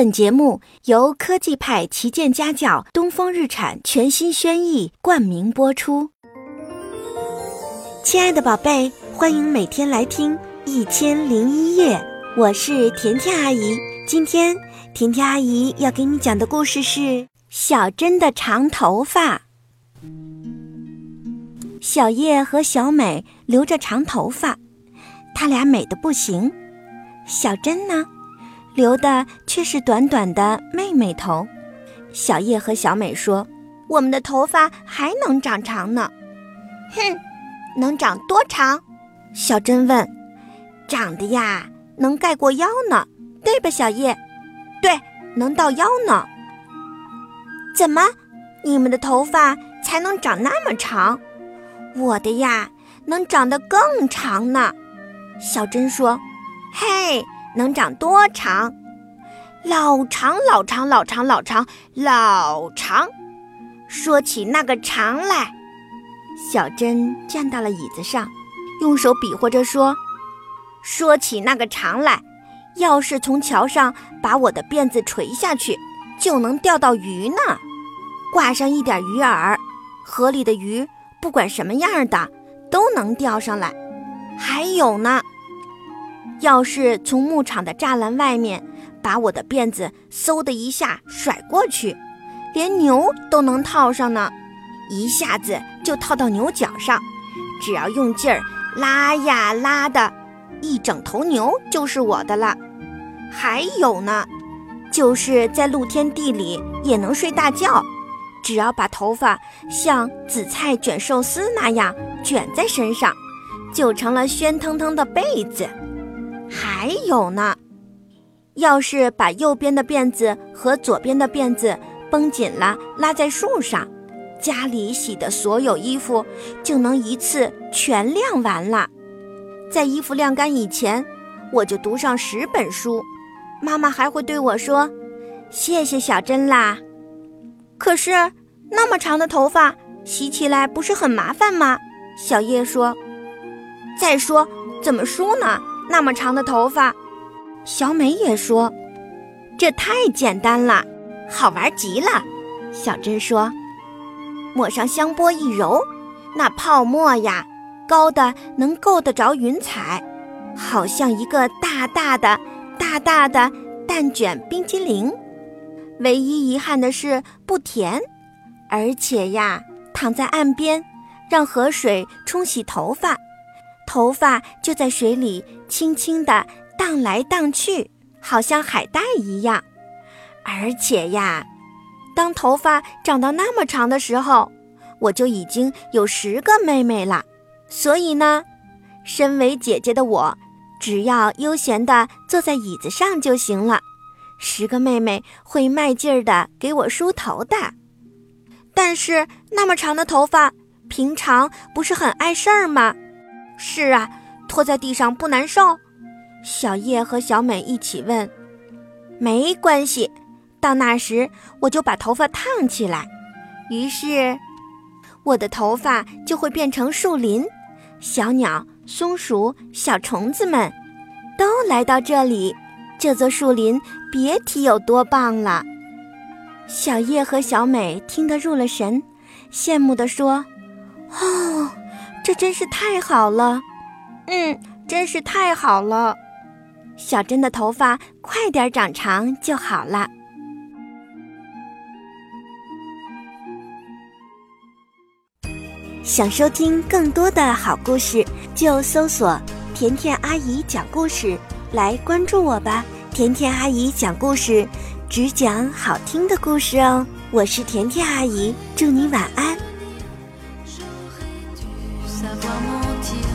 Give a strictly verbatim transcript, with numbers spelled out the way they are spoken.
本节目由科技派旗舰家教东风日产全新轩逸冠名播出。亲爱的宝贝，欢迎每天来听一千零一夜，我是甜甜阿姨。今天甜甜阿姨要给你讲的故事是小珍的长头发。小叶和小美留着长头发，她俩美得不行。小珍呢，留的却是短短的妹妹头。小叶和小美说，我们的头发还能长长呢。 哼，能长多长？ 小珍问。 长的呀，能盖过腰呢，对吧小叶？对，能到腰呢。怎么，你们的头发才能长那么长？我的呀，能长得更长呢。小珍说，嘿，能长多长？老长老长老长老长老长。说起那个长来， 小珍站到了椅子上，用手比划着说， 说起那个长来，要是从桥上把我的辫子垂下去，就能钓到鱼呢。挂上一点鱼饵，河里的鱼不管什么样的都能钓上来。还有呢，要是从牧场的栅栏外面把我的辫子嗖的一下甩过去，连牛都能套上呢，一下子就套到牛角上，只要用劲儿拉呀拉的，一整头牛就是我的了。还有呢，就是在露天地里也能睡大觉，只要把头发像紫菜卷寿司那样卷在身上，就成了喧腾腾的被子。还有呢，要是把右边的辫子和左边的辫子绷紧了拉在树上，家里洗的所有衣服就能一次全晾完了。在衣服晾干以前，我就读上十本书，妈妈还会对我说，谢谢小珍啦。可是那么长的头发洗起来不是很麻烦吗？小叶说。再说怎么梳呢，那么长的头发？小美也说，这太简单了，好玩极了。小珍说，抹上香波一揉，那泡沫呀高的能够得着云彩，好像一个大大的大大的蛋卷冰激凌。唯一遗憾的是不甜，而且呀，躺在岸边让河水冲洗头发，头发就在水里轻轻地荡来荡去，好像海带一样。而且呀，当头发长到那么长的时候，我就已经有十个妹妹了。所以呢，身为姐姐的我，只要悠闲地坐在椅子上就行了。十个妹妹会卖劲儿地给我梳头的。但是那么长的头发，平常不是很碍事儿吗？是啊，拖在地上不难受？小叶和小美一起问。没关系，到那时我就把头发烫起来，于是我的头发就会变成树林，小鸟、松鼠、小虫子们都来到这里，这座树林别提有多棒了。小叶和小美听得入了神，羡慕地说，哦，这真是太好了。嗯，真是太好了。小珍的头发快点长长就好了。想收听更多的好故事，就搜索甜甜阿姨讲故事来关注我吧。甜甜阿姨讲故事，只讲好听的故事哦。我是甜甜阿姨，祝你晚安。